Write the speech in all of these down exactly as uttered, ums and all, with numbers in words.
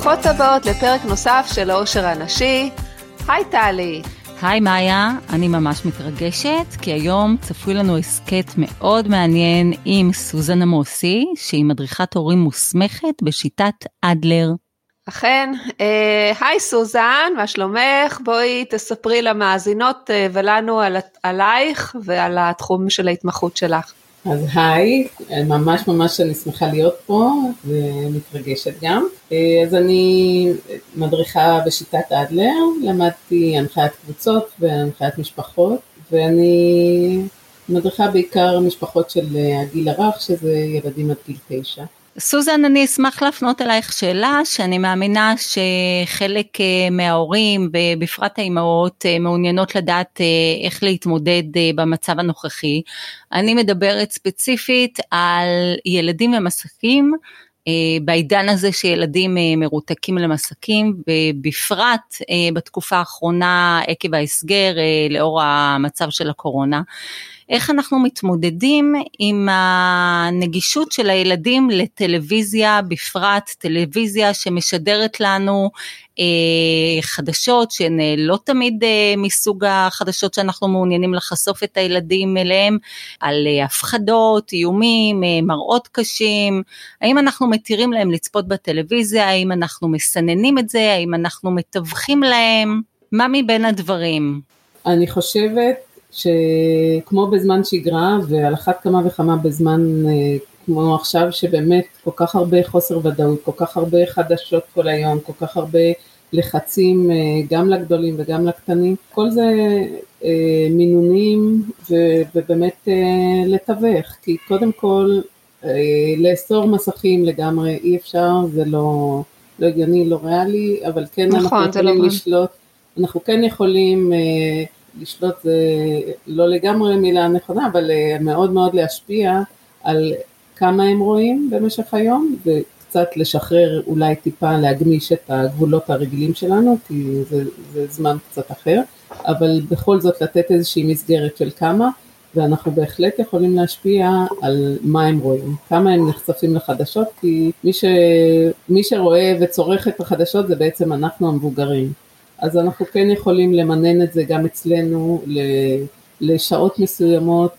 ברוכות הבאות לפרק נוסף של העושר הנשי. היי טלי. היי מאיה, אני ממש מתרגשת, כי היום צפוי לנו הסקט מאוד מעניין עם סוזן עמוסי, שהיא מדריכת הורים מוסמכת בשיטת אדלר. אכן, אה, היי סוזן, מה שלומך? בואי תספרי למאזינות אה, ולנו על, עלייך ועל התחום של ההתמחות שלך. אז היי, ממש ממש אני שמחה להיות פה ומתרגשת גם. אז אני מדריכה בשיטת אדלר, למדתי הנחיית קבוצות והנחיית משפחות, ואני מדריכה בעיקר משפחות של הגיל הרך, שזה ילדים עד גיל תשע. סוזן, אני אשמח להפנות אלייך שאלה, שאני מאמינה שחלק מההורים, ובפרט האימהות, מעוניינות לדעת איך להתמודד במצב הנוכחי. אני מדברת ספציפית על ילדים ומסכים, בעידן הזה שילדים מרותקים למסכים, ובפרט בתקופה האחרונה עקב ההסגר, לאור המצב של הקורונה. איך אנחנו מתמודדים עם הנגישות של הילדים לטלוויזיה, בפרט טלוויזיה שמשדרת לנו אה, חדשות, שהן לא תמיד אה, מסוג החדשות שאנחנו מעוניינים לחשוף את הילדים אליהם, על אה, הפחדות, איומים, אה, מראות קשים. האם אנחנו מתירים להם לצפות בטלוויזיה, האם אנחנו מסננים את זה, האם אנחנו מתווכים להם, מה מבין הדברים? אני חושבת שכמו בזמן שגרה, ועל אחת כמה וכמה בזמן כמו עכשיו, שבאמת כל כך הרבה חוסר ודאות, כל כך הרבה חדשות כל היום, כל כך הרבה לחצים גם לגדולים וגם לקטנים, כל זה מינונים ובאמת לתווך, כי קודם כל לאסור מסכים לגמרי אי אפשר, זה לא, לא הגיוני, לא ריאלי, אבל כן נכון, אנחנו יכולים לא לשלוט, אנחנו כן יכולים לשלוט, זה לא לגמרי מילה נכונה, אבל מאוד מאוד להשפיע על כמה הם רואים במשך היום, וקצת לשחרר, אולי טיפה להגמיש את הגבולות הרגילים שלנו, כי זה, זה זמן קצת אחר, אבל בכל זאת לתת איזושהי מסגרת של כמה, ואנחנו בהחלט יכולים להשפיע על מה הם רואים, כמה הם נחשפים לחדשות, כי מי, ש, מי שרואה וצורך את החדשות זה בעצם אנחנו המבוגרים. אז אנחנו כן יכולים למנן את זה גם אצלנו לשעות מסוימות,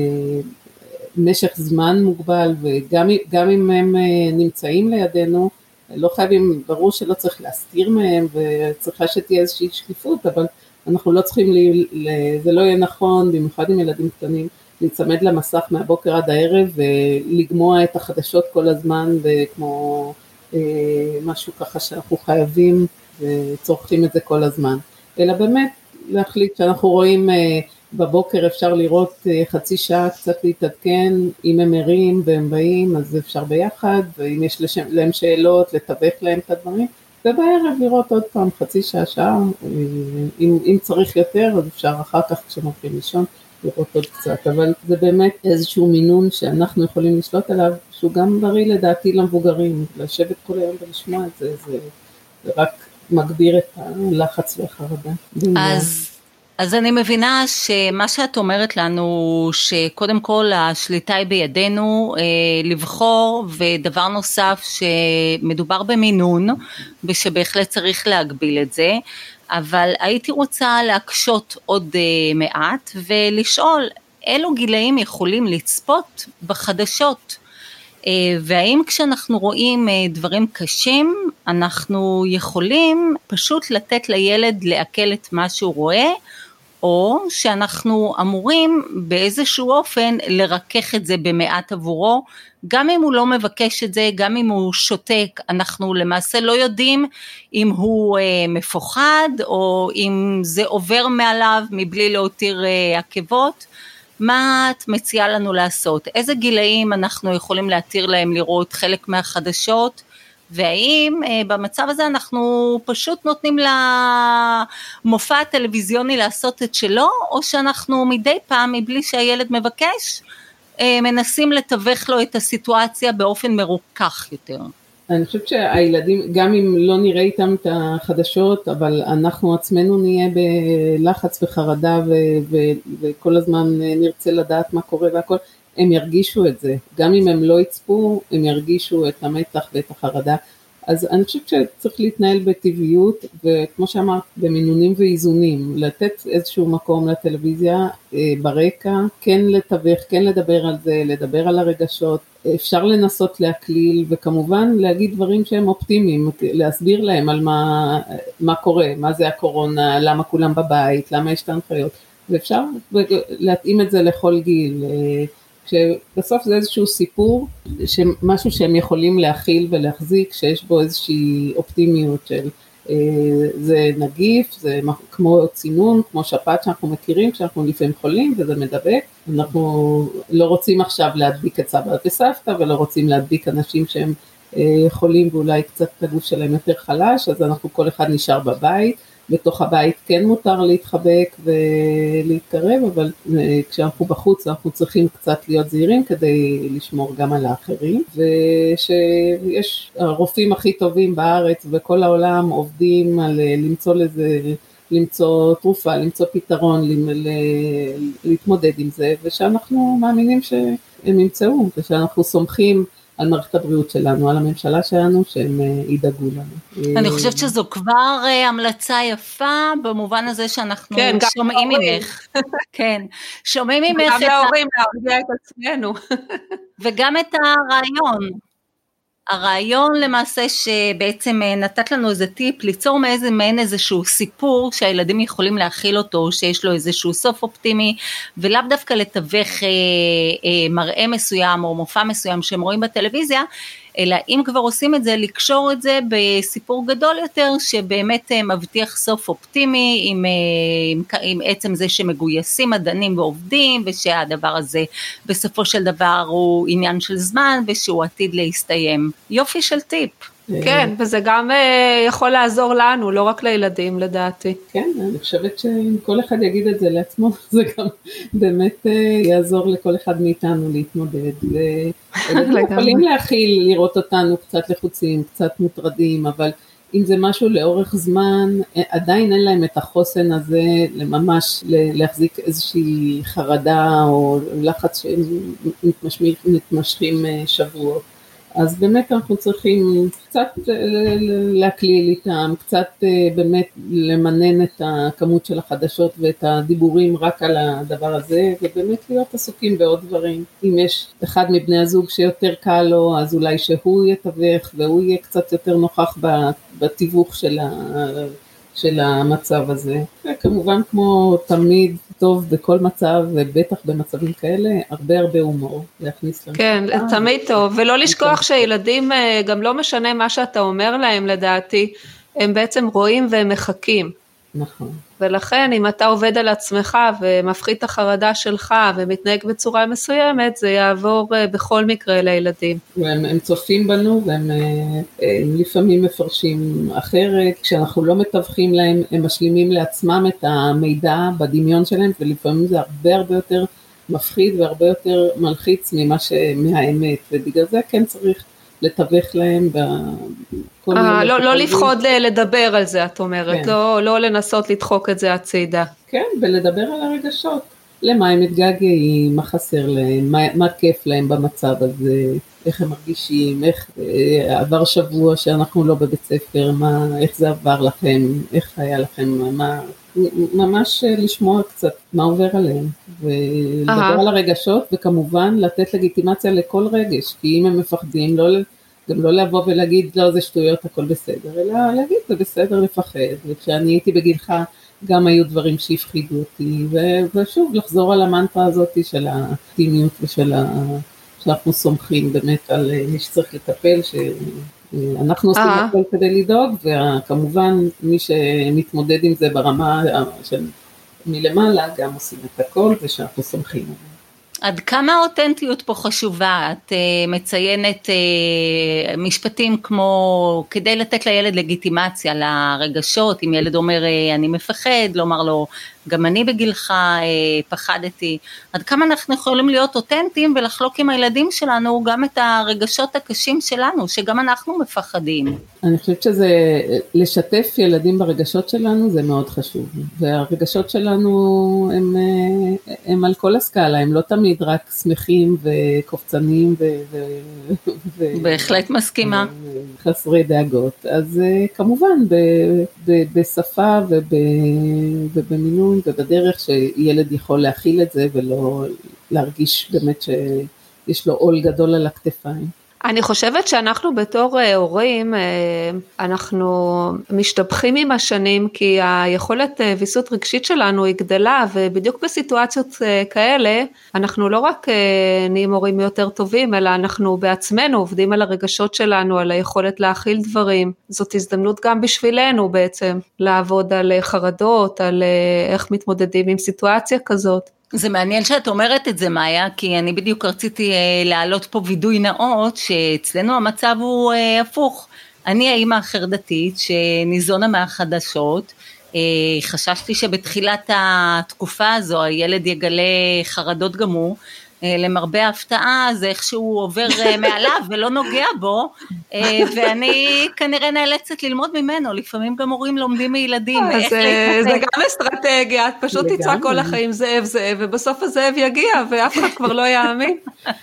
למשך זמן מוגבל, וגם גם אם הם נמצאים לידינו, לא חייבים, ברור שלא צריך להסתיר מהם, וצריכה שתהיה איזושהי שקיפות, אבל אנחנו לא צריכים, זה לא יהיה נכון, במיוחד עם ילדים קטנים, להצמד למסך מהבוקר עד הערב, ולגמוע את החדשות כל הזמן, וכמו משהו ככה שאנחנו חייבים, וצורכים את זה כל הזמן, אלא באמת להחליט שאנחנו רואים בבוקר אפשר לראות חצי שעה קצת להתעדכן, אם הם ערים והם באים אז אפשר ביחד, ואם יש להם שאלות לתווך להם את הדברים, ובערב לראות עוד פעם חצי שעה שעה, אם, אם צריך יותר אז אפשר אחר כך כשמתחילים לישון לראות עוד קצת, אבל זה באמת איזשהו מינון שאנחנו יכולים לשלוט עליו, שהוא גם בריא לדעתי למבוגרים, לשבת כל היום ולשמוע את זה, זה, זה רק מגביר את הלחץ והחרדה. אז, אז אני מבינה שמה שאת אומרת לנו, שקודם כל השליטה היא בידינו אה, לבחור, ודבר נוסף שמדובר במינון, ושבהחלט צריך להגביל את זה, אבל הייתי רוצה להקשות עוד אה, מעט, ולשאול אילו גילאים יכולים לצפות בחדשות, והאם כשאנחנו רואים דברים קשים, אנחנו יכולים פשוט לתת לילד לעכל את מה שהוא רואה, או שאנחנו אמורים באיזשהו אופן לרכך את זה במעט עבורו, גם אם הוא לא מבקש את זה, גם אם הוא שותק, אנחנו למעשה לא יודעים אם הוא מפוחד, או אם זה עובר מעליו מבלי להותיר עקבות. מה את מציעה לנו לעשות? איזה גילאים אנחנו יכולים להתיר להם לראות חלק מהחדשות, והאם אה, במצב הזה אנחנו פשוט נותנים למופע הטלוויזיוני לעשות את שלו, או שאנחנו מדי פעם מבלי שהילד מבקש, אה, מנסים לתווך לו את הסיטואציה באופן מרוכך יותר? אני חושבת שהילדים, גם אם לא נראה איתם את החדשות, אבל אנחנו עצמנו נהיה בלחץ וחרדה, ו- ו- וכל הזמן נרצה לדעת מה קורה והכל, הם ירגישו את זה. גם אם הם לא יצפו, הם ירגישו את המתח ואת החרדה. אז אני חושבת שצריך להתנהל בטבעיות, וכמו שאמרת, במינונים ואיזונים, לתת איזשהו מקום לטלוויזיה אה, ברקע, כן לתווך, כן לדבר על זה, לדבר על הרגשות, אפשר לנסות להקליל, וכמובן להגיד דברים שהם אופטימיים, להסביר להם על מה, מה קורה, מה זה הקורונה, למה כולם בבית, למה יש את ההנחיות, ואפשר להתאים את זה לכל גיל, שבסוף זה איזשהו סיפור, משהו שהם יכולים להכיל ולהחזיק, שיש בו איזושהי אופטימיות של זה נגיף, זה כמו צינון, כמו שפעת שאנחנו מכירים, כשאנחנו לפעמים חולים וזה מדבק, אנחנו לא רוצים עכשיו להדביק את סבא וסבתא, ולא רוצים להדביק אנשים שהם חולים ואולי קצת הגוף שלהם יותר חלש, אז אנחנו כל אחד נשאר בבית, בתוך הבית כן מותר להתחבק ולהתקרב, אבל כשאנחנו בחוץ אנחנו צריכים קצת להיות זהירים כדי לשמור גם על האחרים, ושיש הרופאים הכי טובים בארץ וכל העולם עובדים על למצוא לזה, למצוא תרופה, למצוא פתרון, להתמודד עם זה, ושאנחנו מאמינים שהם ימצאו, ושאנחנו סומכים על מערכת הבריאות שלנו, על הממשלה שלנו, שהם ידאגו לנו. אני חושבת שזו כבר המלצה יפה, במובן הזה שאנחנו שומעים ממך. כן, שומעים ממך. גם להורים להרגיע את עצמנו. וגם את הרעיון. הרעיון למעשה שבעצם נתת לנו איזה טיפ, ליצור מאיזה מעין איזשהו סיפור שהילדים יכולים להכיל אותו, שיש לו איזשהו סוף אופטימי, ולאו דווקא לתווך אה, אה, מראה מסוים או מופע מסוים שהם רואים בטלוויזיה, אלא אם כבר עושים את זה, לקשור את זה בסיפור גדול יותר, שבאמת מבטיח סוף אופטימי, עם, עם, עם עצם זה שמגויסים מדענים ועובדים, ושהדבר הזה בסופו של דבר הוא עניין של זמן, ושהוא עתיד להסתיים. יופי של טיפ. כן, וזה גם יכול לעזור לנו, לא רק לילדים לדעתי. כן, אני חושבת שאם כל אחד יגיד את זה לעצמו, זה גם באמת יעזור לכל אחד מאיתנו להתמודד. וילדים יכולים להכיל, לראות אותנו קצת לחוצים, קצת מוטרדים, אבל אם זה משהו לאורך זמן, עדיין אין להם את החוסן הזה, לממש להחזיק איזושהי חרדה או לחץ שמתמשכים שבועות. אז באמת אנחנו צריכים קצת להקליל איתם, קצת באמת למנן את הכמות של החדשות ואת הדיבורים רק על הדבר הזה, ובאמת להיות עסוקים בעוד דברים. אם יש אחד מבני הזוג שיותר קל לו, אז אולי שהוא יתווך, והוא יהיה קצת יותר נוכח בתיווך של, ה, של המצב הזה. וכמובן כמו תמיד, טוב בכל מצב, ובטח במצבים כאלה, הרבה הרבה הומור להכניס להם. כן, תמיד טוב, ולא לשכוח שילדים, גם לא משנה מה שאתה אומר להם לדעתי, הם בעצם רואים והם מחכים. נכון. ולכן אם אתה עובד על עצמך ומפחית את החרדה שלך ומתנהג בצורה מסוימת, זה יעבור בכל מקרה לילדים. והם הם צופים בנו והם הם לפעמים מפרשים אחרת, כשאנחנו לא מתווכים להם, הם משלימים לעצמם את המידע בדמיון שלהם, ולפעמים זה הרבה הרבה יותר מפחיד והרבה יותר מלחיץ ממה שמהאמת, ובגלל זה כן צריך לתווך להם בכל מיני... לא, לא לפחוד לדבר על זה, את אומרת, כן. לא, לא לנסות לדחוק את זה הצידה. כן, ולדבר על הרגשות, למה הם מתגעגעים, מה חסר להם, מה, מה כיף להם במצב הזה, איך הם מרגישים, איך עבר שבוע שאנחנו לא בבית ספר, מה, איך זה עבר לכם, איך היה לכם, מה... ממש לשמוע קצת מה עובר עליהם, ולדבר על הרגשות, וכמובן לתת לגיטימציה לכל רגש, כי אם הם מפחדים, לא, גם לא לבוא ולהגיד, לא זה שטויות, הכל בסדר, אלא להגיד, זה בסדר לפחד, וכשאני הייתי בגילך, גם היו דברים שהפחידו אותי, ושוב, לחזור על המנטרה הזאת של האופטימיות, ושל ה... שאנחנו סומכים באמת על מי שצריך לטפל, ש... אנחנו עושים הכל כדי לדאוג, וכמובן מי שמתמודד עם זה ברמה של מלמעלה, גם עושים את הכל, ושאנחנו סומכים עליהם. עד כמה האותנטיות פה חשובה? את uh, מציינת uh, משפטים כמו, כדי לתת לילד לגיטימציה לרגשות, אם ילד אומר אני מפחד, לומר לו גם אני בגילך פחדתי, עד כמה אנחנו יכולים להיות אותנטיים ולחלוק עם הילדים שלנו גם את הרגשות הקשים שלנו, שגם אנחנו מפחדים. אני חושבת שזה, לשתף ילדים ברגשות שלנו זה מאוד חשוב, והרגשות שלנו הם, הם על כל הסקאלה, הם לא תמיד רק שמחים וקופצניים ו... ו בהחלט מסכימה. חסרי דאגות, אז כמובן ב, ב, בשפה וב, ובמינון ובדרך שילד יכול להכיל את זה ולא להרגיש באמת שיש לו עול גדול על הכתפיים. אני חושבת שאנחנו בתור הורים, אנחנו משתבחים עם השנים, כי היכולת ויסות רגשית שלנו היא גדלה, ובדיוק בסיטואציות כאלה, אנחנו לא רק נהיים הורים יותר טובים, אלא אנחנו בעצמנו עובדים על הרגשות שלנו, על היכולת להכיל דברים. זאת הזדמנות גם בשבילנו בעצם, לעבוד על חרדות, על איך מתמודדים עם סיטואציה כזאת. זה מעניין שאת אומרת את זה, מאיה, כי אני בדיוק רציתי אה, להעלות פה וידוי נאות, שאצלנו המצב הוא אה, הפוך. אני האמא החרדתית שניזונה מהחדשות, אה, חששתי שבתחילת התקופה הזו הילד יגלה חרדות גם הוא, למרבה ההפתעה זה איכשהו עובר מעליו ולא נוגע בו, ואני כנראה נאלצת ללמוד ממנו, לפעמים גם הורים לומדים מילדים. זה גם אסטרטגיה, את פשוט תצעק כל החיים זאב זאב, ובסוף הזאב יגיע ואף אחד כבר לא יאמין.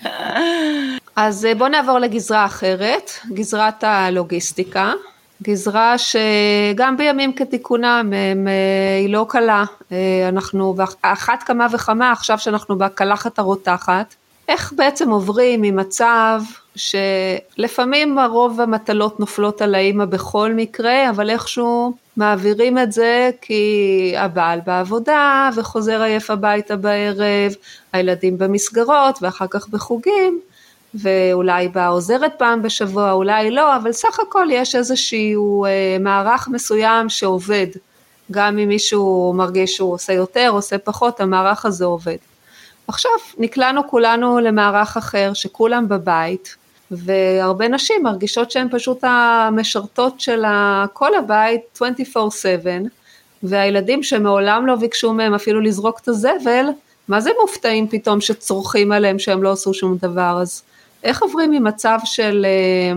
אז בוא נעבור לגזרה אחרת, גזרת הלוגיסטיקה. גזרה שגם בימים כתיקונם היא לא קלה, אנחנו אחת כמה וכמה עכשיו שאנחנו בקלחת הרותחת, איך בעצם עוברים ממצב שלפעמים הרוב המטלות נופלות על האמא בכל מקרה, אבל איכשהו מעבירים את זה כי הבעל בעבודה וחוזר עייף הביתה בערב, הילדים במסגרות ואחר כך בחוגים, ואולי באה עוזרת פעם בשבוע, אולי לא, אבל סך הכל יש איזשהו אה, מערך מסוים שעובד, גם אם מישהו מרגיש שהוא עושה יותר, עושה פחות, המערך הזה עובד. עכשיו נקלענו כולנו למערך אחר, שכולם בבית, והרבה נשים מרגישות שהן פשוט המשרתות של כל הבית, עשרים וארבע שבע, והילדים שמעולם לא ביקשו מהם אפילו לזרוק את הזבל, מה זה מופתעים פתאום שצורכים עליהם שהם לא עשו שום דבר, אז איך עוברים ממצב של,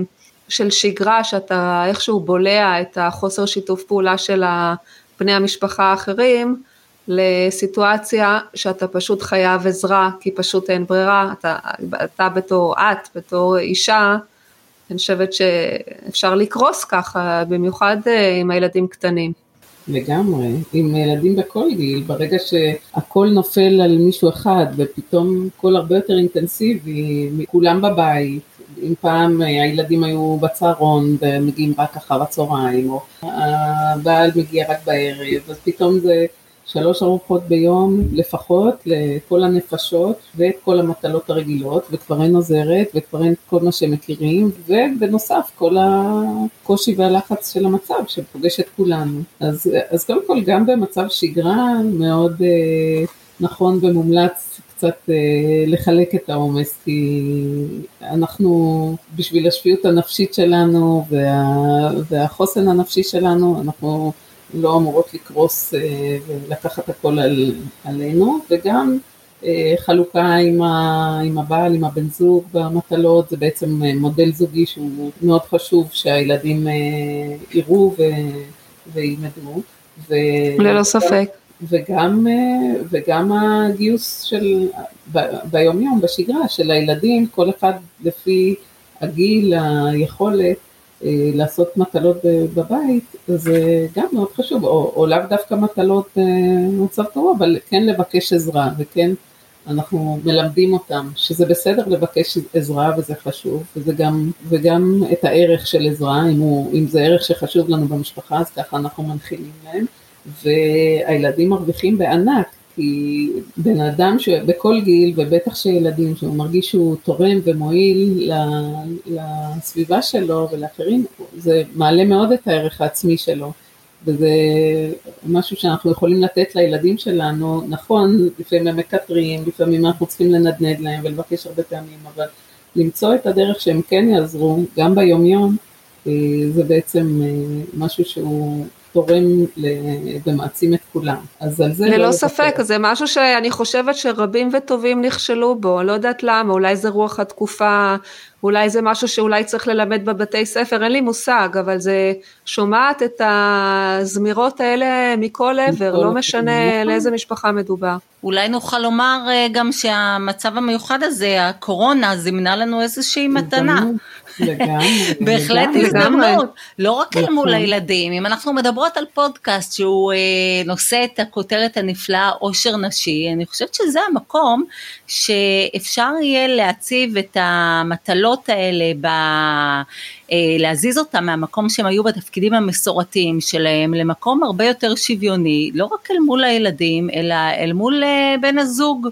של שגרה, שאתה איכשהו בולע את החוסר שיתוף פעולה של בני המשפחה האחרים, לסיטואציה שאתה פשוט חייב עזרה, כי פשוט אין ברירה, אתה, אתה בתור את, בתור אישה, אני חושבת שאפשר לקרוס ככה, במיוחד עם הילדים קטנים. לגמרי, עם ילדים בכל גיל, ברגע שהכל נופל על מישהו אחד, ופתאום כל הרבה יותר אינטנסיבי, כולם בבית, אם פעם הילדים היו בצהרון, ומגיעים רק אחר הצהריים, או הבעל מגיע רק בערב, אז פתאום זה שלוש ארוחות ביום לפחות, לכל הנפשות, ואת כל המטלות הרגילות, וכבר אין עוזרת, וכבר אין כל מה שהם מכירים, ובנוסף כל הקושי והלחץ של המצב, שפוגש את כולנו. אז, אז קודם כל גם במצב שגרה, מאוד אה, נכון ומומלץ קצת אה, לחלק את העומס, כי אנחנו, בשביל השפיות הנפשית שלנו, וה, והחוסן הנפשי שלנו, אנחנו לא אמורות לקרוס ולקחת הכל על, עלינו, וגם חלוקה עם, ה, עם הבעל, עם הבן זוג במטלות, זה בעצם מודל זוגי שהוא מאוד חשוב שהילדים יראו ו, וילמדו. ו, ללא ספק. וגם, וגם הגיוס של, ב, ביום יום, בשגרה של הילדים, כל אחד לפי הגיל, היכולת, לעשות מטלות בבית, זה גם מאוד חשוב, או, או לאו דווקא מטלות במצב קרוב, אבל כן לבקש עזרה, וכן אנחנו מלמדים אותם, שזה בסדר לבקש עזרה, וזה חשוב, וזה גם, וגם את הערך של עזרה, אם, הוא, אם זה ערך שחשוב לנו במשפחה, אז ככה אנחנו מנחילים להם, והילדים מרוויחים בענק, כי בן אדם שבכל גיל, ובטח שילדים שהוא מרגיש שהוא תורם ומועיל לסביבה שלו ולאחרים, זה מעלה מאוד את הערך העצמי שלו, וזה משהו שאנחנו יכולים לתת לילדים שלנו, נכון, לפעמים הם מקטרים, לפעמים אנחנו צריכים לנדנד להם ולבקש הרבה פעמים, אבל למצוא את הדרך שהם כן יעזרו, גם ביום יום, זה בעצם משהו שהוא תורם ומעצים את כולם. אז על זה ללא לא ספק, זה משהו שאני חושבת שרבים וטובים נכשלו בו, לא יודעת למה, אולי זה רוח התקופה, אולי זה משהו שאולי צריך ללמד בבתי ספר, אין לי מושג, אבל זה שומעת את הזמירות האלה מכל עבר, לא משנה לאיזה משפחה מדובר. אולי נוכל לומר גם שהמצב המיוחד הזה, הקורונה, זימנה לנו איזושהי מתנה. בהחלט הזדמנות, לא רק אל מול הילדים, אם אנחנו מדברות על פודקאסט שהוא נושא את הכותרת הנפלאה עושר נשי, אני חושבת שזה המקום שאפשר יהיה להציב את המטלות האלה, להזיז אותם מהמקום שהם היו בתפקידים המסורתיים שלהם, למקום הרבה יותר שוויוני, לא רק אל מול הילדים, אלא אל מול בן הזוג.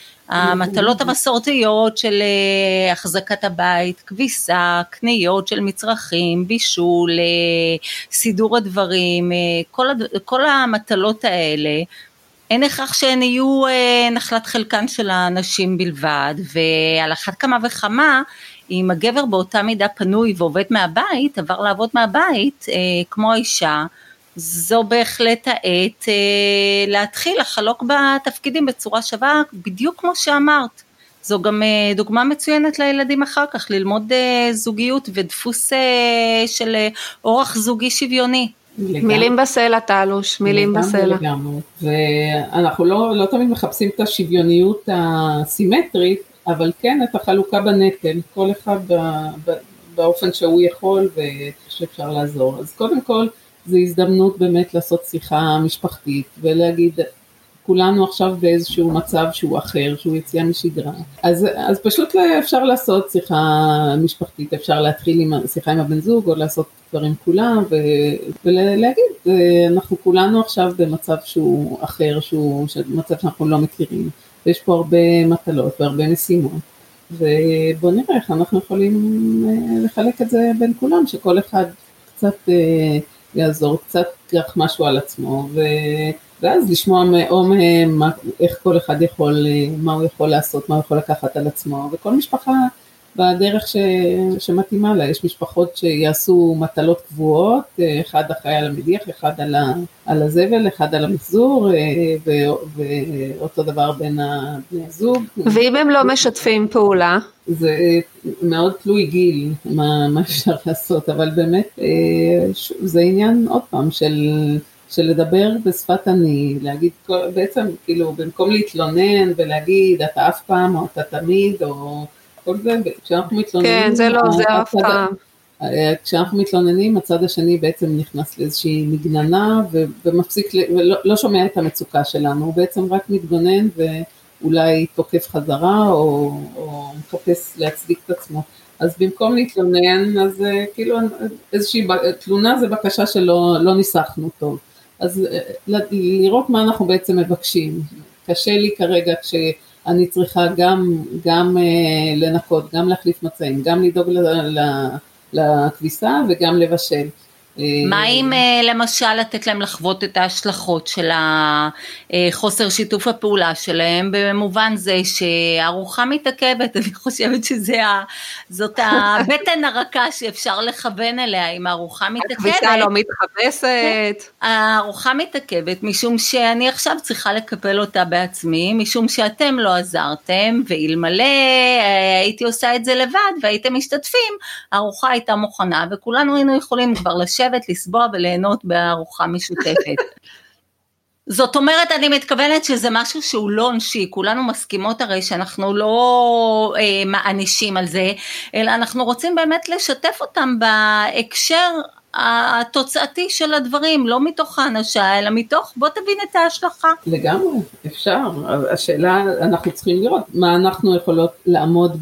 המטלות המסורתיות של החזקת הבית, כביסה, קניות של מצרכים, בישול, סידור הדברים, כל, כל המטלות האלה, אין הכרח שהן יהיו נחלת חלקן של האנשים בלבד, ועל אחת כמה וכמה, אם הגבר באותה מידה פנוי ועובד מהבית, עבר לעבוד מהבית, כמו האישה, זו בהחלט העת אה, להתחיל לחלוק בתפקידים בצורה שווה, בדיוק כמו שאמרת. זו גם אה, דוגמה מצוינת לילדים אחר כך, ללמוד אה, זוגיות ודפוס אה, של אה, אורח זוגי שוויוני. לגמרי. מילים בסלע תלוש, מילים בסלע. לגמרי, ואנחנו לא, לא תמיד מחפשים את השוויוניות הסימטרית, אבל כן את החלוקה בנטל, כל אחד ב, ב, באופן שהוא יכול ושאפשר לעזור. אז קודם כל, זו הזדמנות באמת לעשות שיחה משפחתית, ולהגיד, כולנו עכשיו באיזשהו מצב שהוא אחר, שהוא יציאה משגרה. אז, אז פשוט אפשר לעשות שיחה משפחתית, אפשר להתחיל עם שיחה עם הבן זוג, או לעשות דברים כולם, ו, ולהגיד, אנחנו כולנו עכשיו במצב שהוא אחר, שהוא מצב שאנחנו לא מכירים, ויש פה הרבה מטלות והרבה משימות, ובוא נראה איך אנחנו יכולים לחלק את זה בין כולם, שכל אחד קצת יעזור, קצת כך משהו על עצמו, ו... ואז לשמוע או מהם איך כל אחד יכול, מה הוא יכול לעשות, מה הוא יכול לקחת על עצמו, וכל משפחה בדרך ש... שמתאימה לה, יש משפחות שיעשו מטלות קבועות, אחד אחראי על המדיח, אחד על, ה... על הזבל, אחד על המחזור, ו... ואותו דבר בין בני הזוג. ואם הם לא משתפים פעולה? זה מאוד תלוי גיל, מה, מה אפשר לעשות, אבל באמת זה עניין עוד פעם של... של לדבר בשפת אני, להגיד, בעצם כאילו במקום להתלונן ולהגיד אתה אף פעם או אתה תמיד או כל זה, כשאנחנו מתלוננים, כן, זה לא, זה אף פעם. כשאנחנו מתלוננים, הצד השני בעצם נכנס לאיזושהי מגננה ומפסיק, ולא לא שומע את המצוקה שלנו, הוא בעצם רק מתגונן ואולי תוקף חזרה או, או מחפש להצדיק את עצמו. אז במקום להתלונן, אז כאילו איזושהי תלונה זה בקשה שלא לא ניסחנו טוב. אז לראות מה אנחנו בעצם מבקשים. קשה לי כרגע כשאני צריכה גם, גם לנקות, גם להחליף מצעים, גם לדאוג לכביסה וגם לבשל. מה אם למשל לתת להם לחוות את ההשלכות של החוסר שיתוף הפעולה שלהם, במובן זה שהארוחה מתעכבת, אני חושבת שזאת הבטן הרכה שאפשר לכוון אליה, אם הארוחה מתעכבת. הכביסה לא מתחפשת. הארוחה מתעכבת, משום שאני עכשיו צריכה לקפל אותה בעצמי, משום שאתם לא עזרתם, ואלמלא הייתי עושה את זה לבד, והייתם משתתפים, הארוחה הייתה מוכנה, וכולנו היינו יכולים כבר לשבת, לסבוע וליהנות בארוחה משותפת. זאת אומרת, אני מתכוונת שזה משהו שהוא לא עונשי, כולנו מסכימות הרי שאנחנו לא אה, מענישים על זה, אלא אנחנו רוצים באמת לשתף אותם בהקשר התוצאתי של הדברים, לא מתוך האנשה, אלא מתוך בוא תבין את ההשלכה. לגמרי, אפשר. השאלה, אנחנו צריכים לראות מה אנחנו יכולות לעמוד ב...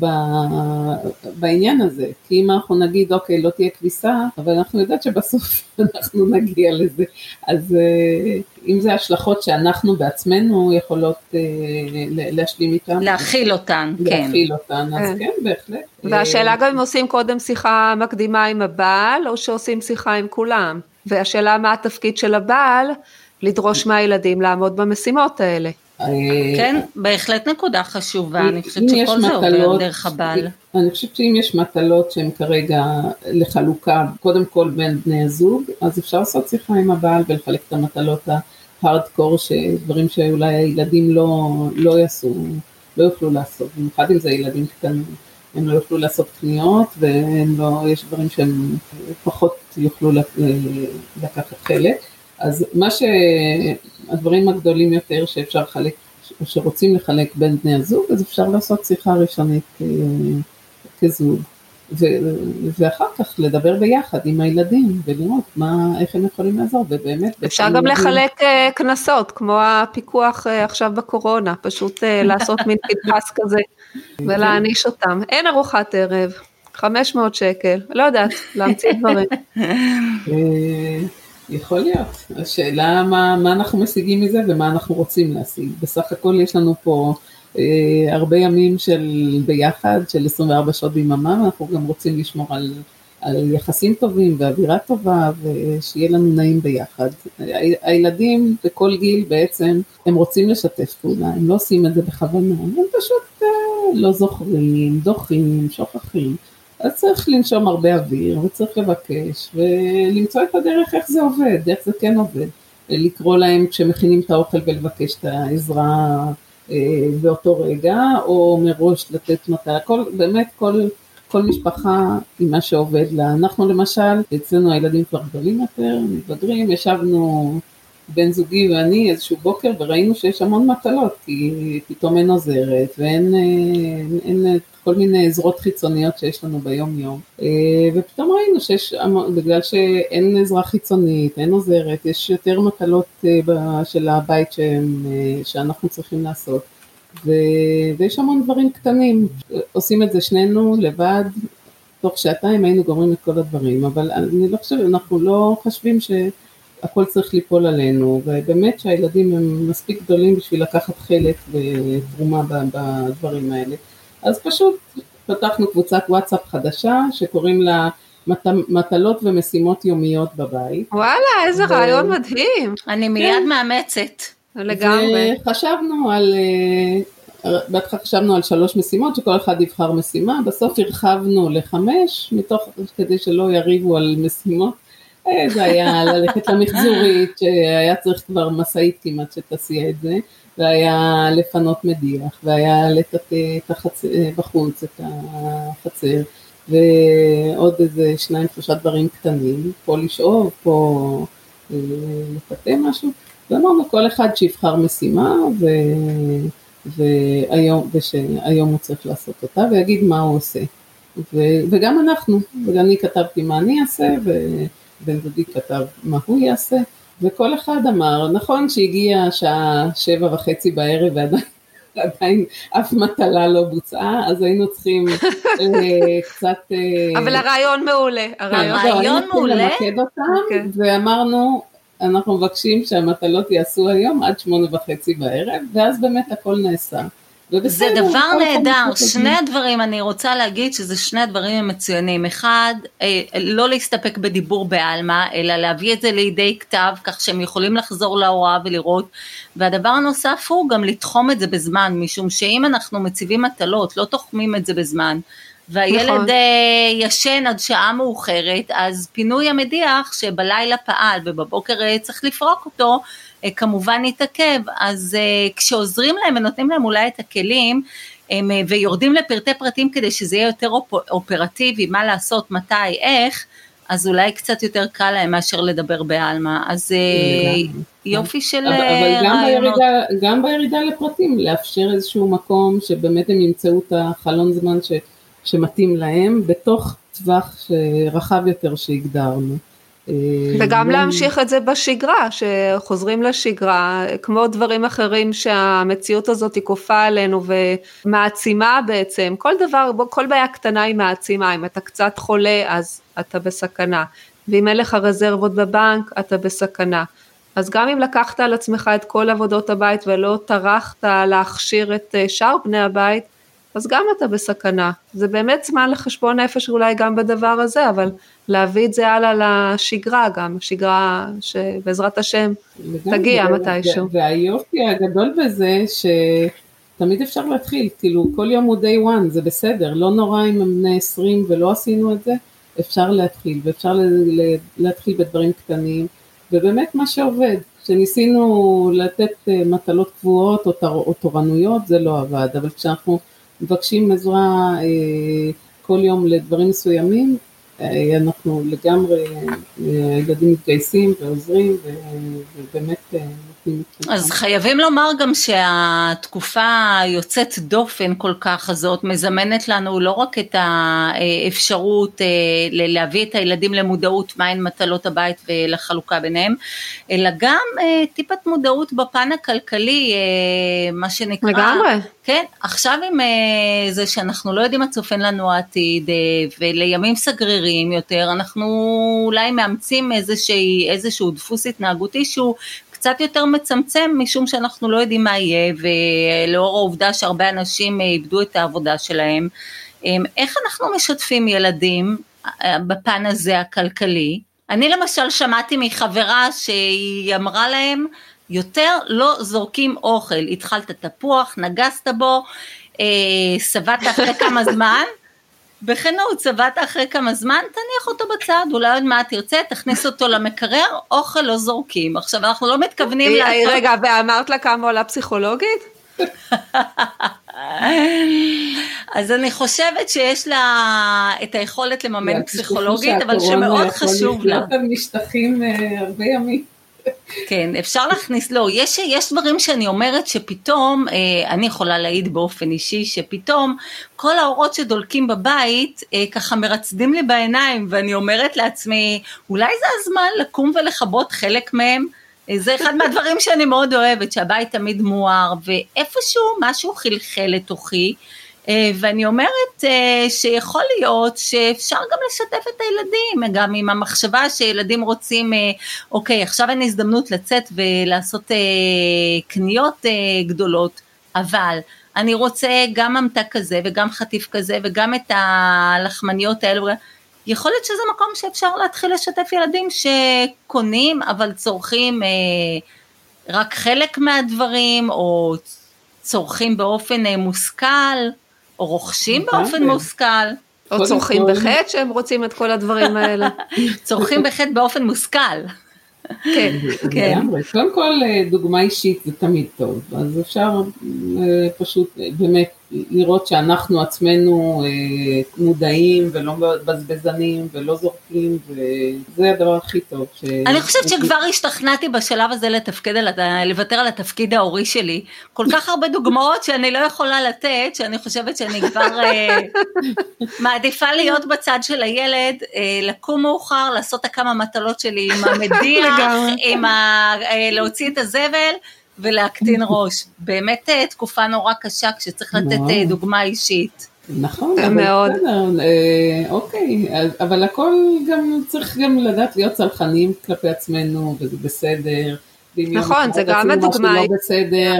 בעניין הזה. כי אם אנחנו נגיד, אוקיי, לא תהיה כביסה, אבל אנחנו יודעת שבסוף אנחנו נגיע לזה. אז אם זה השלכות שאנחנו בעצמנו יכולות להשלים איתן. להכיל אותן, כן. להכיל אותן, אז כן, בהחלט. והשאלה גם אם עושים קודם שיחה מקדימה עם הבעל, או שעושים שיחה עם כולם. והשאלה מה התפקיד של הבעל, לדרוש מהילדים לעמוד במשימות האלה. כן, בהחלט נקודה חשובה, אני חושבת שכל זה עובר דרך הבעל. אני חושבת שאם יש מטלות שהן כרגע לחלוקה, קודם כל בין בני הזוג, אז אפשר לעשות שיחה עם הבעל ולחלק את המטלות ההארדקור, שדברים שאולי הילדים לא, לא יעשו, לא יוכלו לעשות, במיוחד אם זה ילדים קטנים, הם לא יוכלו לעשות קניות, ויש דברים שהם פחות יוכלו לקחת חלק. אז מה שהדברים הגדולים יותר שאפשר לחלק, שרוצים לחלק בין בני הזוג, אז אפשר לעשות שיחה ראשונית כזוג, ואחר כך לדבר ביחד עם הילדים, ולראות מה, איך הם יכולים לעזור, ובאמת... אפשר גם לחלק כנסות, כמו הפיקוח עכשיו בקורונה, פשוט לעשות מין פנקס כזה, ולהעניש אותם. אין ארוחת ערב, חמש מאות שקל, לא יודעת, להמציא דברים. יכול להיות. השאלה מה, מה אנחנו משיגים מזה ומה אנחנו רוצים להשיג. בסך הכל יש לנו פה אה, הרבה ימים של ביחד, של עשרים וארבע שעות ביממה, ואנחנו גם רוצים לשמור על, על יחסים טובים ואווירה טובה, ושיהיה לנו נעים ביחד. הילדים בכל גיל בעצם, הם רוצים לשתף פעולה, הם לא עושים את זה בכוונה, הם פשוט אה, לא זוכרים, דוחים, שוכחים. אז צריך לנשום הרבה אוויר, וצריך לבקש, ולמצוא את הדרך איך זה עובד, איך זה כן עובד. לקרוא להם כשמכינים את האוכל ולבקש את העזרה אה, באותו רגע, או מראש לתת מטרה. כל, באמת כל, כל משפחה עם מה שעובד לה. אנחנו למשל, אצלנו הילדים כבר גדולים יותר, מתבגרים, ישבנו בן זוגי ואני איזשהו בוקר, וראינו שיש המון מטלות, כי פתאום אין עוזרת, ואין אין, אין, כל מיני עזרות חיצוניות שיש לנו ביום יום, ופתאום ראינו שיש, בגלל שאין עזרה חיצונית, אין עוזרת, יש יותר מטלות של הבית שהם, שאנחנו צריכים לעשות, ויש המון דברים קטנים, עושים את זה שנינו לבד, תוך שעתיים היינו גומרים את כל הדברים, אבל אני לא חושב, אנחנו לא חושבים שהכל צריך ליפול עלינו, ובאמת שהילדים הם מספיק גדולים בשביל לקחת חלק ותרומה בדברים האלה. אז פשוט פתחנו קבוצת וואטסאפ חדשה, שקוראים לה מטלות ומשימות יומיות בבית. וואלה, איזה ו... רעיון מדהים. אני מיד כן. מאמצת. לגמרי. וחשבנו על, בהתחלה חשבנו על שלוש משימות, שכל אחד יבחר משימה, בסוף הרחבנו לחמש, מתוך, כדי שלא יריבו על משימות. זה היה ללכת למחזורית, שהיה צריך כבר מסעית כמעט שתעשייה את זה, והיה לפנות מדיח, והיה לטאטא את החצר, בחוץ את החצר, ועוד איזה שניים שלושה דברים קטנים, פה לשאוב, פה לטאטא משהו, ואמרנו כל אחד שיבחר משימה, ו... והיום, ושהיום הוא צריך לעשות אותה, ויגיד מה הוא עושה. ו... וגם אנחנו, ואני כתבתי מה אני אעשה, ובן זוגי כתב מה הוא יעשה, וכל אחד אמר, נכון שהגיע שעה שבע וחצי בערב, ועדיין עדיין אף מטלה לא בוצעה, אז היינו צריכים קצת... אבל הרעיון מעולה. הרעיון מעולה. למקד אותם, ואמרנו, אנחנו מבקשים שהמטלות יעשו היום עד שמונה וחצי בערב, ואז באמת הכל נעשה. זה דבר נהדר, שני הדברים, אני רוצה להגיד שזה שני הדברים המצוינים, אחד, לא להסתפק בדיבור בעלמא, אלא להביא את זה לידי כתב, כך שהם יכולים לחזור להוראה ולראות, והדבר הנוסף הוא גם לתחום את זה בזמן, משום שאם אנחנו מציבים מטלות, לא תוחמים את זה בזמן, והילד נכון. ישן עד שעה מאוחרת, אז פינוי המדיח שבלילה פעל ובבוקר צריך לפרוק אותו, כמובן יתעכב, אז כשעוזרים להם ונותנים להם אולי את הכלים, הם, ויורדים לפרטי פרטים כדי שזה יהיה יותר אופרטיבי, מה לעשות, מתי, איך, אז אולי קצת יותר קל להם מאשר לדבר בעלמא, אז יופי של רעיונות. אבל גם בירידה לפרטים, לאפשר איזשהו מקום שבאמת הם ימצאו את החלון זמן ש... שמתאים להם, בתוך טווח רחב יותר שהגדרנו. וגם להמשיך את זה בשגרה, שחוזרים לשגרה, כמו דברים אחרים שהמציאות הזאת היא כופה עלינו, ומעצימה בעצם, כל דבר, כל בעיה קטנה היא מעצימה, אם אתה קצת חולה, אז אתה בסכנה, ואם אין לך רזרבות בבנק, אתה בסכנה. אז גם אם לקחת על עצמך את כל עבודות הבית, ולא טרחת להכשיר את שאר בני הבית, אז גם אתה בסכנה. זה באמת זמן לחשבון נפש אולי גם בדבר הזה, אבל להביא את זה הלאה לשגרה גם, שגרה שבעזרת השם תגיע מתישהו. והיופי הגדול בזה שתמיד אפשר להתחיל, כאילו כל יום הוא day one, זה בסדר, לא נורא אם הם בני עשרים ולא עשינו את זה, אפשר להתחיל, ואפשר להתחיל בדברים קטנים, ובאמת מה שעובד, כשניסינו לתת מטלות קבועות או תורנויות, זה לא עבד, אבל כשאנחנו מבקשים עזרה כל יום לדברים מסוימים, אנחנו לגמרי, הילדים מתגייסים ועוזרים, ובאמת נותנים את זה. אז חייבים לומר גם שהתקופה יוצאת דופן כל כך הזאת, מזמנת לנו לא רק את האפשרות להביא את הילדים למודעות מהן מטלות הבית ולחלוקה ביניהם, אלא גם טיפת מודעות בפן הכלכלי, מה שנקרא. לגמרי. כן, עכשיו עם זה שאנחנו לא יודעים מה צופן לנו העתיד, ולימים סגרירים יותר, אנחנו אולי מאמצים איזשהו, איזשהו דפוס התנהגותי שהוא קצת יותר מצמצם, משום שאנחנו לא יודעים מה יהיה, ולאור העובדה שהרבה אנשים איבדו את העבודה שלהם. איך אנחנו משתפים ילדים בפן הזה הכלכלי? אני למשל שמעתי מחברה שהיא אמרה להם, יותר לא זורקים אוכל, התחלת תפוח, נגסת בו, סבאת אחרי כמה זמן, בכנות, סבאת אחרי כמה זמן, תניח אותו בצד, אולי עוד מה תרצה, תכניס אותו למקרר, אוכל לא זורקים. עכשיו אנחנו לא מתכוונים לעשות... רגע, ואמרת לה כמה עולה פסיכולוגית? אז אני חושבת שיש לה את היכולת לממן פסיכולוגית, אבל שמאוד חשוב לה. יכול לקלוט משטחים הרבה ימים. כן, אפשר להכניס, לא, יש, יש דברים שאני אומרת שפתאום, אה, אני יכולה להעיד באופן אישי, שפתאום כל האורות שדולקים בבית, אה, ככה מרצדים לי בעיניים, ואני אומרת לעצמי, אולי זה הזמן לקום ולחבות חלק מהם, אה, זה אחד מהדברים שאני מאוד אוהבת, שהבית תמיד מואר, ואיפשהו משהו חלחל לתוכי, ואני אומרת שיכול להיות שאפשר גם לשתף את הילדים, גם עם המחשבה שילדים רוצים, אוקיי, עכשיו אין הזדמנות לצאת ולעשות קניות גדולות, אבל אני רוצה גם ממתק כזה וגם חטיף כזה וגם את הלחמניות האלו, יכול להיות שזה מקום שאפשר להתחיל לשתף ילדים שקונים, אבל צורכים רק חלק מהדברים, או צורכים באופן מושכל, או רוכשים באופן מושכל. או צורכים בחטא שהם רוצים את כל הדברים האלה. צורכים בחטא באופן מושכל. כן, כן. קודם כל דוגמה אישית זה תמיד טוב, אז אפשר פשוט באמת לראות שאנחנו עצמנו מודעים ולא בזבזנים ולא זורקים, וזה הדבר הכי טוב. אני חושבת שכבר השתכנעתי בשלב הזה לתפקד, לוותר על התפקיד ההורי שלי, כל כך הרבה דוגמאות שאני לא יכולה לתת, שאני חושבת שאני כבר מעדיפה להיות בצד של הילד, לקום מאוחר, לעשות כמה מטלות שלי עם המדיח, עם להוציא את הזבל, ולהקטין ראש. באמת תקופה נורא קשה, כשצריך לתת דוגמה אישית. נכון, מאוד. אוקיי, אבל הכל גם צריך גם לדעת להיות צלחנים כלפי עצמנו, וזה בסדר. נכון, זה גם הדוגמה. לא בסדר,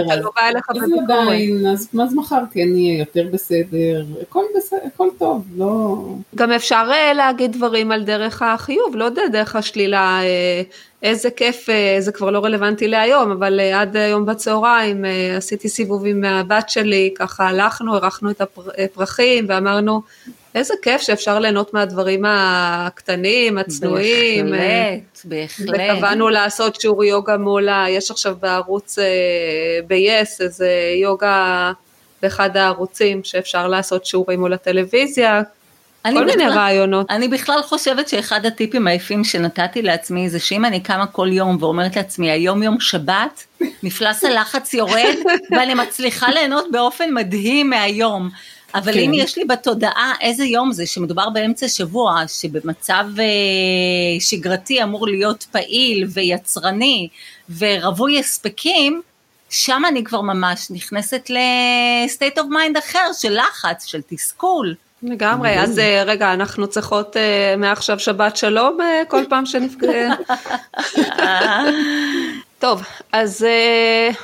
אז מה מחר כן יהיה יותר בסדר, הכל טוב, לא... גם אפשר להגיד דברים על דרך החיוב, לא דרך השלילה, איזה כיף, זה כבר לא רלוונטי להיום, אבל עד היום בצהריים עשיתי סיבובים מהבת שלי, ככה הלכנו, ערכנו את הפרחים ואמרנו, איזה כיף שאפשר ליהנות מהדברים הקטנים, הצנועים. בהחלט, בהחלט. וקבענו לעשות שיעור יוגה מול, יש עכשיו בערוץ ב-yes, איזה יוגה באחד הערוצים, שאפשר לעשות שיעורים מול הטלוויזיה, כל מיני רעיונות. אני בכלל חושבת שאחד הטיפים היפים שנתתי לעצמי, זה שאם אני קמה כל יום ואומרת לעצמי, היום יום שבת, מפלס הלחץ יורד, ואני מצליחה ליהנות באופן מדהים מהיום. אבל כן. אם יש לי בתודעה איזה יום זה, שמדובר באמצע שבוע, שבמצב אה, שגרתי אמור להיות פעיל ויצרני, ורבוי הספקים, שם אני כבר ממש נכנסת ל-state of mind אחר, של לחץ, של תסכול. לגמרי, אז רגע, אנחנו צריכות uh, מעכשיו שבת שלום, uh, כל פעם שנפגע. טוב, אז uh,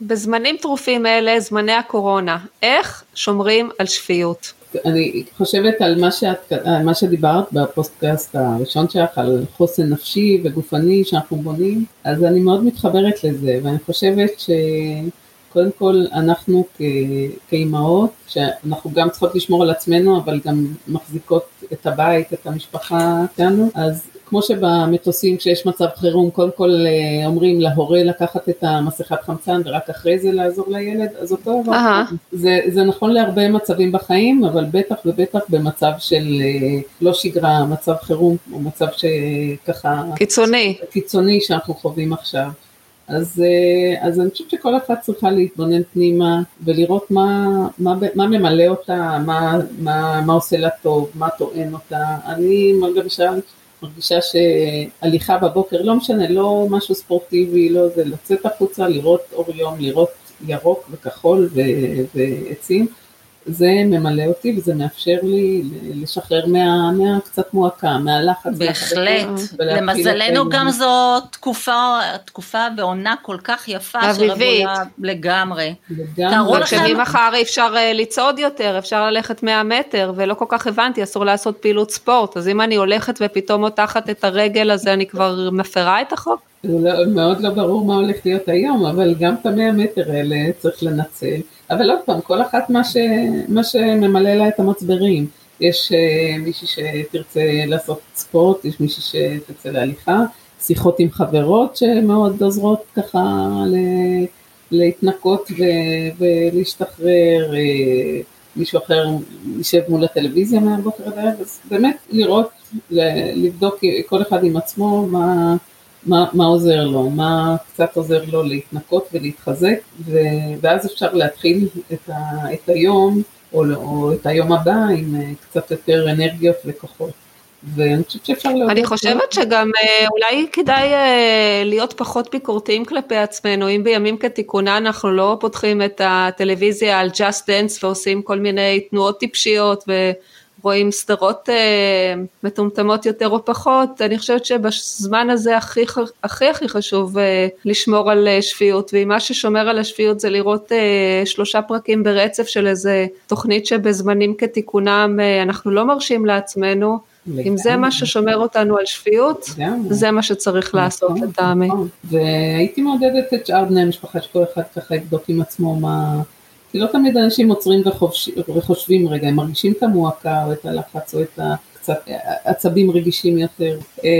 בזמנים טרופים אלה, זמני הקורונה, איך שומרים על שפיות? אני חושבת על מה, שאת, מה שדיברת בפודקאסט הראשון שלך, על חוסן נפשי וגופני שאנחנו בונים, אז אני מאוד מתחברת לזה, ואני חושבת שקודם כל אנחנו כ, כאימהות, שאנחנו גם צריכות לשמור על עצמנו, אבל גם מחזיקות את הבית, את המשפחה איתנו, אז כמו שבמטוסים כשיש מצב חירום, קודם כל אומרים להורה לקחת את המסכת חמצן, ורק אחרי זה לעזור לילד, אז אותו דבר. Uh-huh. זה, זה נכון להרבה מצבים בחיים, אבל בטח ובטח במצב של לא שגרה, מצב חירום, או מצב שככה... קיצוני. קיצוני שאנחנו חווים עכשיו. אז, אז אני חושבת שכל אחת צריכה להתבונן פנימה, ולראות מה, מה, מה ממלא אותה, מה, מה, מה עושה לה טוב, מה טוען אותה. אני מרגישה... מרגישה שהליכה בבוקר, לא משנה, לא משהו ספורטיבי, לא זה, לצאת החוצה, לראות אור יום, לראות ירוק וכחול ועצים, זה ממלא אותי וזה מאפשר לי לשחרר מה, מה קצת מועקה, מהלחץ. בהחלט, למזלנו גם זו תקופה, תקופה ועונה כל כך יפה, שרבויה לגמרי. רק שממחר אפשר לצעוד יותר, אפשר ללכת מאה מטר, ולא כל כך הבנתי, אסור לעשות פעילות ספורט, אז אם אני הולכת ופתאום מותחת את הרגל הזה, אני כבר מפרה את החוק? מאוד לא ברור מה הולך להיות היום, אבל גם את המאה מטר האלה צריך לנצל. אבל עוד פעם, כל אחת מה, ש, מה שממלא לה את המצברים. יש uh, מישהי שתרצה לעשות ספורט, יש מישהי שתרצה להליכה, שיחות עם חברות שמאוד עוזרות ככה ל, להתנקות ו, ולהשתחרר, uh, מישהו אחר יישב מול הטלוויזיה מהבוקר עד הערב, אז באמת לראות, לבדוק כל אחד עם עצמו מה... מה, מה עוזר לו, מה קצת עוזר לו להתנקות ולהתחזק, ו, ואז אפשר להתחיל את, ה, את היום, או, או את היום הבא עם קצת יותר אנרגיות וכוחות. ואני חושבת שאפשר להודות. אני חושבת שגם אולי כדאי להיות פחות ביקורתיים כלפי עצמנו, אם בימים כתיקונה אנחנו לא פותחים את הטלוויזיה על Just Dance ועושים כל מיני תנועות טיפשיות ו... רואים סדרות אה, מטומטמות יותר או פחות, אני חושבת שבזמן הזה הכי הכי, הכי חשוב אה, לשמור על אה, שפיות, ומה ששומר על השפיות זה לראות אה, שלושה פרקים ברצף של איזה תוכנית שבזמנים כתיקונם אה, אנחנו לא מרשים לעצמנו, לגמרי. אם זה מה ששומר אותנו על שפיות, לגמרי. זה מה שצריך נכון, לעשות לטעמי. נכון. והייתי מעודדת את שאר בני המשפחה שכל אחד ככה יבדוק עם עצמו מה... כי לא תמיד אנשים עוצרים וחושבים רגע, הם מרגישים את המועקה או את הלחץ או את קצת עצבים רגישים יותר,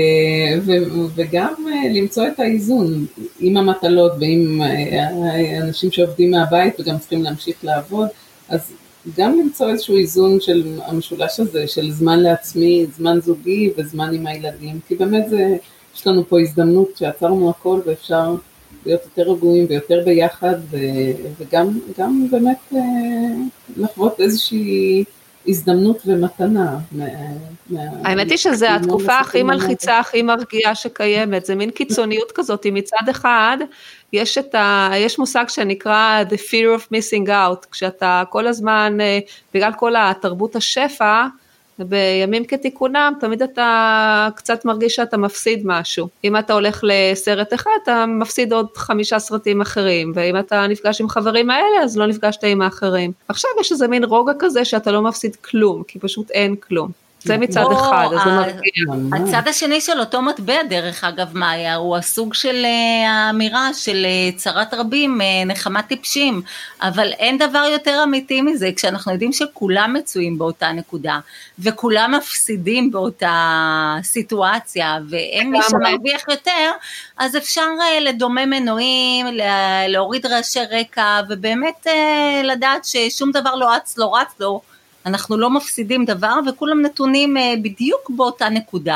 וגם למצוא את האיזון עם המטלות ועם אנשים שעובדים מהבית וגם צריכים להמשיך לעבוד, אז גם למצוא איזשהו איזון של המשולש הזה, של זמן לעצמי, זמן זוגי וזמן עם הילדים, כי באמת זה, יש לנו פה הזדמנות שעצרנו הכל ואפשר... להיות יותר רגועים ויותר ביחד, וגם גם באמת לחוות איזושהי הזדמנות ומתנה. האמת היא שזה התקופה הכי מלחיצה, הכי מרגיעה שקיימת, זה מין קיצוניות כזאת, מצד אחד יש, את ה, יש מושג שנקרא the fear of missing out, כשאתה כל הזמן, בגלל כל התרבות השפע, בימים כתיקונם, תמיד אתה קצת מרגיש שאתה מפסיד משהו. אם אתה הולך לסרט אחד, אתה מפסיד עוד חמישה סרטים אחרים, ואם אתה נפגש עם חברים האלה, אז לא נפגשת עם האחרים. עכשיו יש איזה מין רוגע כזה שאתה לא מפסיד כלום, כי פשוט אין כלום. זה מצד אחד, אז זה מרגיע. הצד השני של אותו מטבע, דרך אגב, מאיה, הוא הסוג של האמירה של צרת רבים, נחמת טיפשים, אבל אין דבר יותר אמיתי מזה, כשאנחנו יודעים שכולם מצויים באותה נקודה, וכולם מפסידים באותה סיטואציה, ואין מי שמרוויח יותר, אז אפשר לדומם מנועים, להוריד רעשי רקע, ובאמת לדעת ששום דבר לא אץ לא רץ לו, אנחנו לא מפסידים דבר, וכולם נתונים בדיוק באותה נקודה.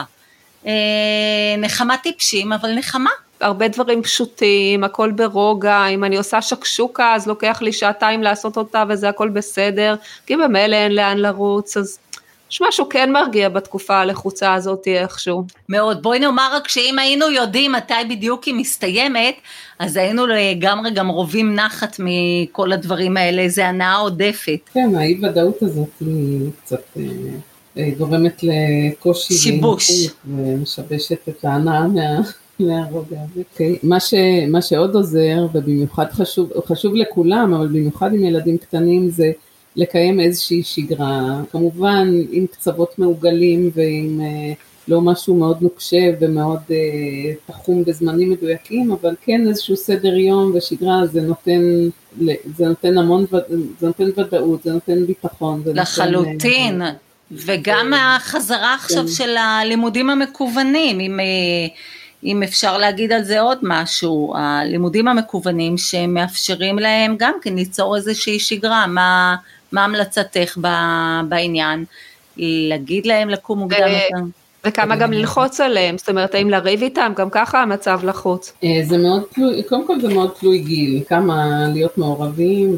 נחמה טיפשים, אבל נחמה. הרבה דברים פשוטים, הכל ברוגע, אם אני עושה שקשוקה, אז לוקח לי שעתיים לעשות אותה, וזה הכל בסדר, כי במילא אין לאן לרוץ, אז יש משהו כן מרגיע בתקופה הלחוצה הזאת איכשהו. מאוד, בואי נאמר רק שאם היינו יודעים מתי בדיוק היא מסתיימת, אז היינו לגמרי גם רובים נחת מכל הדברים האלה, זה הנאה עודפת. כן, האי ודאות הזאת היא קצת גורמת לקושי. שיבוש. ומשבשת את ההנאה מה... להרוגע. אוקיי. מה ש, מה שעוד עוזר, ובמיוחד חשוב, חשוב לכולם, אבל במיוחד עם ילדים קטנים, זה לקיים איזושהי שגרה, כמובן עם קצוות מעוגלים ועם לא משהו מאוד נוקשה ומאוד תחום בזמנים מדויקים, אבל כן איזשהו סדר יום ושגרה, זה נותן, זה נותן המון, זה נותן ודאות, זה נותן ביטחון. זה לחלוטין, נותן, וגם החזרה עכשיו של הלימודים המקוונים, אם, אם אפשר להגיד על זה עוד משהו, הלימודים המקוונים שמאפשרים להם גם כן ליצור איזושהי שגרה, מה, מה המלצתך בעניין? להגיד להם לקום מוקדם יותר? וכמה גם ללחוץ עליהם, זאת אומרת, האם לריב איתם, גם ככה המצב לחוץ. זה מאוד תלוי, קודם כל זה מאוד תלוי גיל, כמה להיות מעורבים,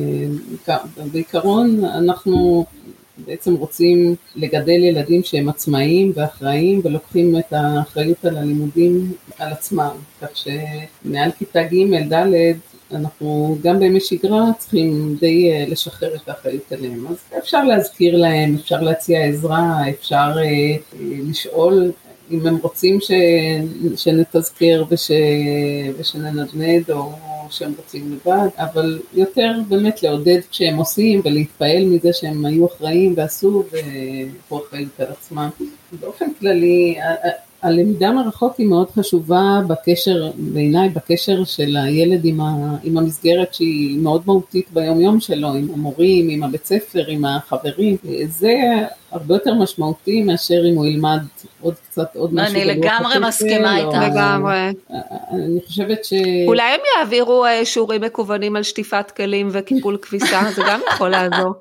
ובעיקרון אנחנו בעצם רוצים לגדל ילדים שהם עצמאיים ואחראים, ולוקחים את האחריות על הלימודים על עצמם, כך שמעל כיתה ג' ד' אנחנו גם בימי שגרה צריכים די לשחרר את האחריות עליהם, אז אפשר להזכיר להם, אפשר להציע עזרה, אפשר לשאול אם הם רוצים ש... שנתזכר וש... ושננדנד או שהם רוצים לבד, אבל יותר באמת לעודד כשהם עושים ולהתפעל מזה שהם היו אחראים ועשו ופרו אחריות על עצמם. באופן כללי, הלמידה מרחוק היא מאוד חשובה בקשר, בעיניי בקשר של הילד עם, ה, עם המסגרת שהיא מאוד מהותית ביום יום שלו, עם המורים, עם הבית ספר, עם החברים, זה הרבה יותר משמעותי מאשר אם הוא ילמד עוד קצת, עוד משהו. אני לגמרי מסכימה איתה. לגמרי. אני חושבת ש... אולי הם יעבירו שיעורים מקוונים על שטיפת כלים וקיפול כביסה, זה גם יכול לעזור.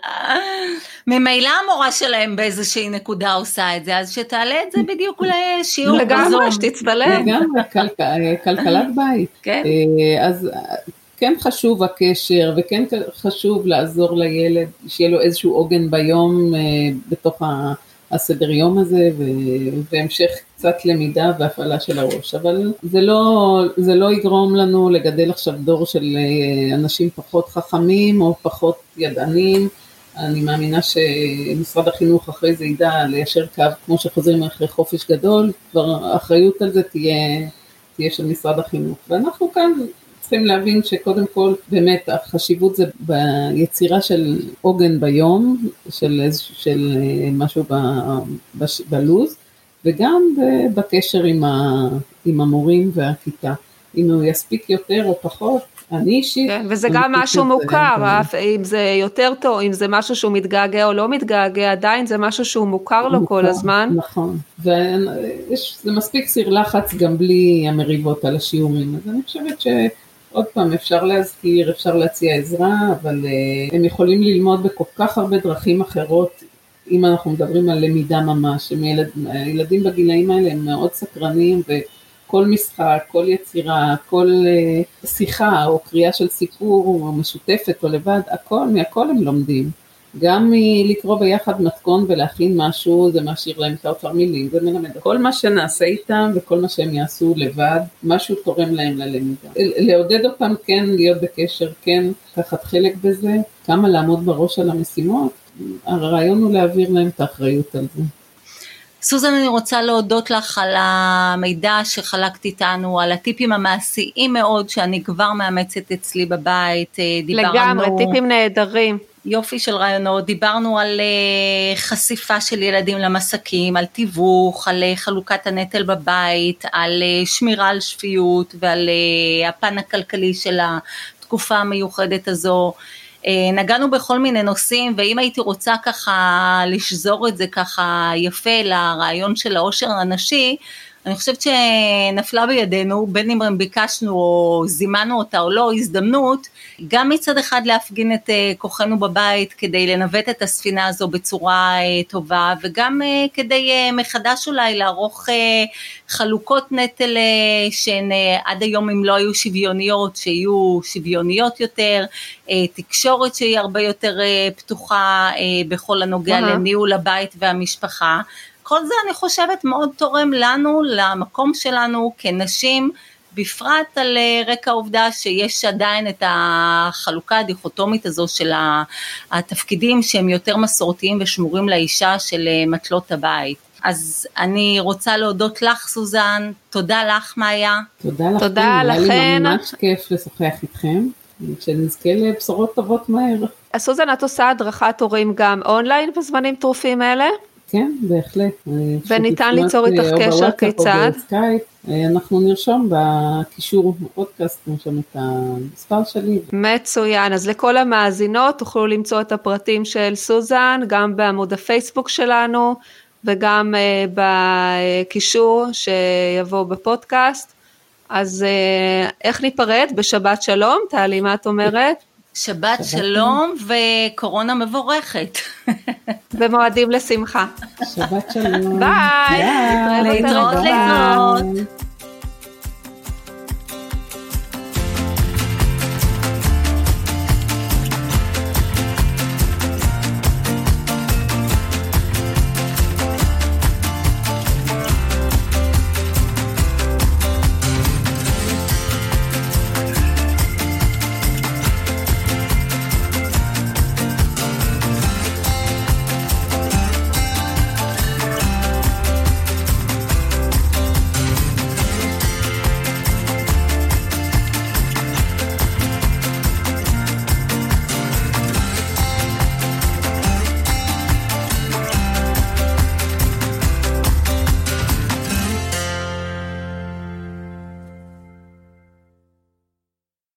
ממילא המורה שלהם באיזושהי נקודה עושה את זה, אז שתעלה את זה בדיוק אולי שיעור בזום. לגמרי, שתצבלם. לגמרי, כלכלת בית. כן. אז כן חשוב הקשר, וכן חשוב לעזור לילד, שיהיה לו איזשהו עוגן ביום, בתוך הסדר יום הזה, והמשך קצת למידה והפעלה של הראש. אבל זה לא, זה לא יגרום לנו לגדל עכשיו דור של אנשים פחות חכמים, או פחות ידענים. אני מאמינה שמשרד החינוך אחרי זה ידע ליישר קו, כמו שחוזרים אחרי חופש גדול, כבר האחריות על זה תהיה, תהיה של משרד החינוך. ואנחנו כאן צריכים להבין שקודם כל, באמת החשיבות זה ביצירה של עוגן ביום, של, של משהו ב, בש, בלוז, וגם בקשר עם, ה, עם המורים והכיתה. אם הוא יספיק יותר או פחות, אני אישית. כן, וזה גם משהו מוכר, אם זה יותר טוב, אם זה משהו שהוא מתגעגע או לא מתגעגע, עדיין זה משהו שהוא מוכר לו כל הזמן. נכון, וזה מספיק סיר לחץ גם בלי המריבות על השיעורים, אז אני חושבת שעוד פעם אפשר להזכיר, אפשר להציע עזרה, אבל הם יכולים ללמוד בכל כך הרבה דרכים אחרות, אם אנחנו מדברים על למידה ממש, ילדים בגילאים האלה הם מאוד סקרנים ו... כל משחק, כל יצירה, כל uh, שיחה או קריאה של סיפור או משותפת או לבד, הכל, מהכל הם לומדים. גם מלקרוא ביחד מתכון ולהכין משהו, זה משאיר להם את האוצר מילים, זה מלמד. כל מה שנעשה איתם וכל מה שהם יעשו לבד, משהו תורם להם ללמידה. לעודד אותם כן, להיות בקשר, כן, לקחת חלק בזה, כמה לעמוד בראש על המשימות, הרעיון הוא להעביר להם את האחריות על זה. סוזן, אני רוצה להודות לך על המידע שחלקת איתנו, על הטיפים המעשיים מאוד שאני כבר מאמצת אצלי בבית. דיברנו, לגמרי, טיפים נהדרים. יופי של רעיונות, דיברנו על חשיפה של ילדים למסכים, על תיווך, על חלוקת הנטל בבית, על שמירה על שפיות ועל הפן הכלכלי של התקופה המיוחדת הזו. נגענו בכל מיני נושאים, ואם הייתי רוצה ככה לשזור את זה ככה יפה לרעיון של העושר הנשי, אני חושבת שנפלה בידינו, בין אם ביקשנו או זימנו אותה או לא, הזדמנות, גם מצד אחד להפגין את כוחנו בבית, כדי לנווט את הספינה הזו בצורה טובה, וגם כדי מחדש אולי לערוך חלוקות נטל, שהן עד היום אם לא היו שוויוניות, שיהיו שוויוניות יותר, תקשורת שהיא הרבה יותר פתוחה, בכל הנוגע לניהול הבית והמשפחה, כל זה אני חושבת מאוד תורם לנו, למקום שלנו כנשים, בפרט על רקע העובדה שיש עדיין את החלוקה הדיכוטומית הזו של התפקידים שהם יותר מסורתיים ושמורים לאישה של מטלות הבית. אז אני רוצה להודות לך, סוזן, תודה לך, מאיה. תודה לכם, תודה לכן. היה לי ממש כיף לשוחח איתכם, שנזכה לבשורות טובות מהר. סוזן, את עושה הדרכת הורים גם אונליין בזמנים טרופים אלה? כן, בהחלט. וניתן ליצור איתך קשר כיצד? אנחנו נרשום בקישור בפודקאסט, נרשום את המספר שלי. מצוין, אז לכל המאזינות תוכלו למצוא את הפרטים של סוזן, גם בעמוד הפייסבוק שלנו, וגם בקישור שיבוא בפודקאסט. אז איך ניפרד? בשבת שלום, תעלי, מה את אומרת? שבת שלום וקורונה מבורכת. ומועדים לשמחה. שבת שלום. ביי. להתראות להתראות.